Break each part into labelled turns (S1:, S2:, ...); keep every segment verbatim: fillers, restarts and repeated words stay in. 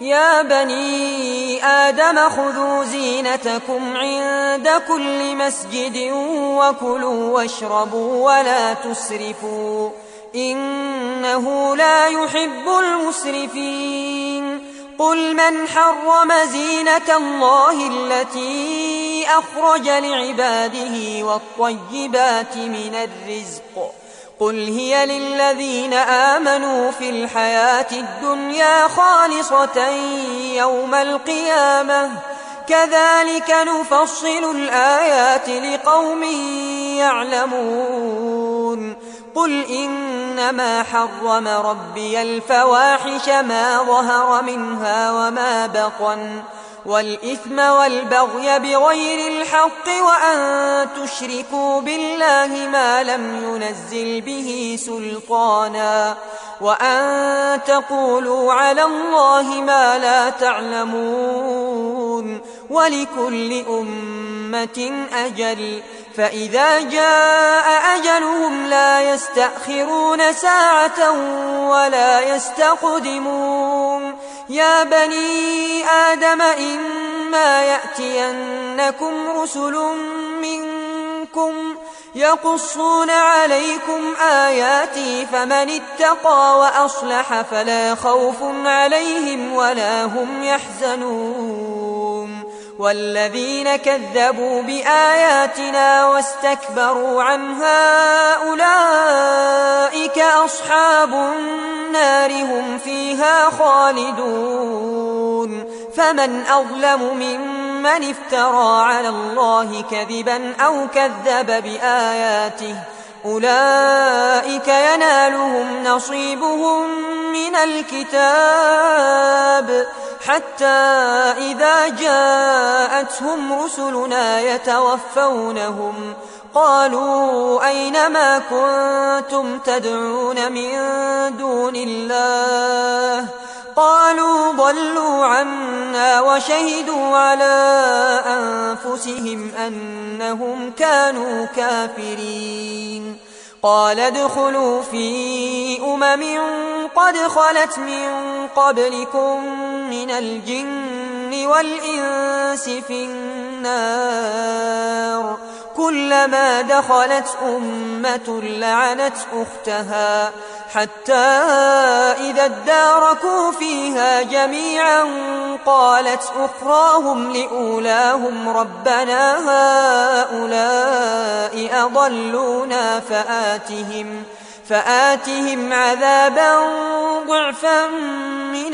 S1: يا بني آدم خذوا زينتكم عند كل مسجد وكلوا واشربوا ولا تسرفوا إنه لا يحب المسرفين قل من حرم زينة الله التي أخرج لعباده والطيبات من الرزق قل هي للذين آمنوا في الحياة الدنيا خالصة يوم القيامة كذلك نفصل الآيات لقوم يعلمون قل إنما حرم ربي الفواحش ما ظهر منها وما بطن والإثم والبغي بغير الحق وأن تشركوا بالله ما لم ينزل به سلطانا وأن تقولوا على الله ما لا تعلمون ولكل أمة أجل فإذا جاء أجلهم لا يستأخرون ساعة ولا يستقدمون يا بني آدم إما يأتينكم رسل منكم يقصون عليكم آياتي فمن اتقى وأصلح فلا خوف عليهم ولا هم يحزنون والذين كذبوا بآياتنا واستكبروا عنها أولئك أصحاب النار هم فيها خالدون فمن أظلم ممن افترى على الله كذبا أو كذب بآياته أولئك ينالهم نصيبهم من الكتاب حتى إذا جاءتهم رسلنا يتوفونهم قالوا أينما كنتم تدعون من دون الله قالوا ضلوا عنا وشهدوا على أنفسهم أنهم كانوا كافرين قال ادخلوا في أمم قد خلت من قبلكم من الجن والإنس في النار كلما دخلت أمة لعنت أختها حتى إذا اداركوا فيها جميعا قالت أخراهم لأولاهم ربنا هؤلاء أضلونا فآتهم فآتهم عذابا ضعفا من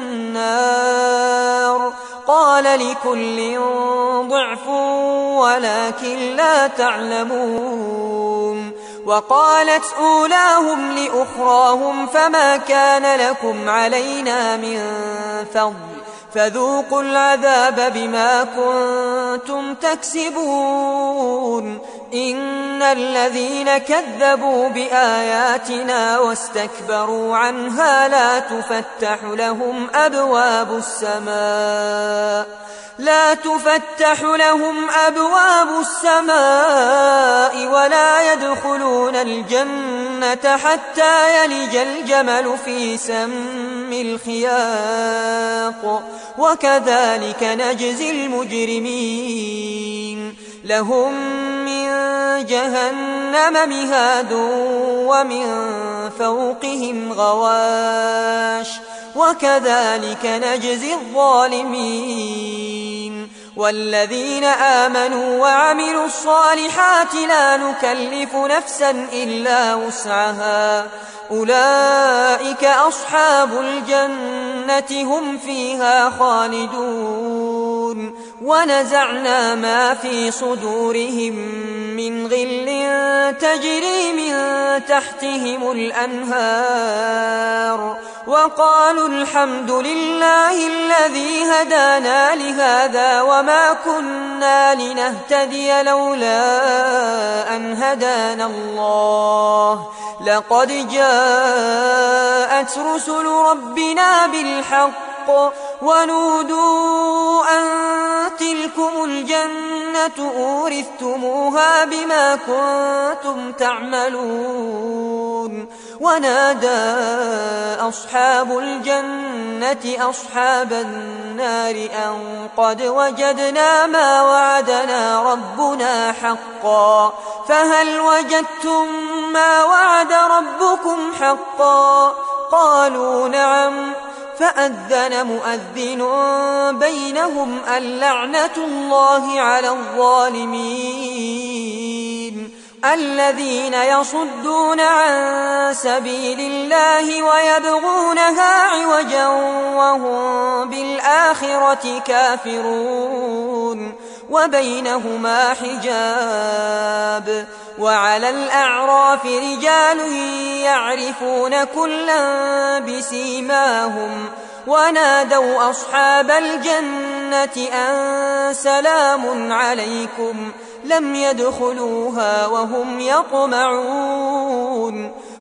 S1: النار قال لكل ضعف ولكن لا تعلمون وقالت أولاهم لأخراهم فما كان لكم علينا من فضل فذوقوا العذاب بما كنتم تكسبون إن الذين كذبوا بآياتنا واستكبروا عنها لا تفتح لهم أبواب السماء لا تفتح لهم أبواب السماء ولا يدخلون الجنة حتى يلج الجمل في سم الخياط وكذلك نجزي المجرمين لهم من جهنم مهاد ومن فوقهم غواش وكذلك نجزي الظالمين والذين آمنوا وعملوا الصالحات لا نكلف نفسا إلا وسعها أولئك أصحاب الجنة هم فيها خالدون ونزعنا ما في صدورهم من غل تجري من تحتهم الأنهار وقالوا الحمد لله الذي هدانا لهذا وما كنا لنهتدي لولا أن هدانا الله لقد جاءت رسل ربنا بالحق بالحق ونودوا أن تلكم الجنة أورثتموها بما كنتم تعملون ونادى أصحاب الجنة أصحاب النار أن قد وجدنا ما وعدنا ربنا حقا فهل وجدتم ما وعد ربكم حقا قالوا نعم فأذن مؤذن بينهم اللعنة الله على الظالمين الذين يصدون عن سبيل الله ويبغونها عوجا وهم بالآخرة كافرون وبينهما حجاب وعلى الأعراف رجال يعرفون كلا بسيماهم ونادوا أصحاب الجنة أن سلام عليكم لم يدخلوها وهم يطمعون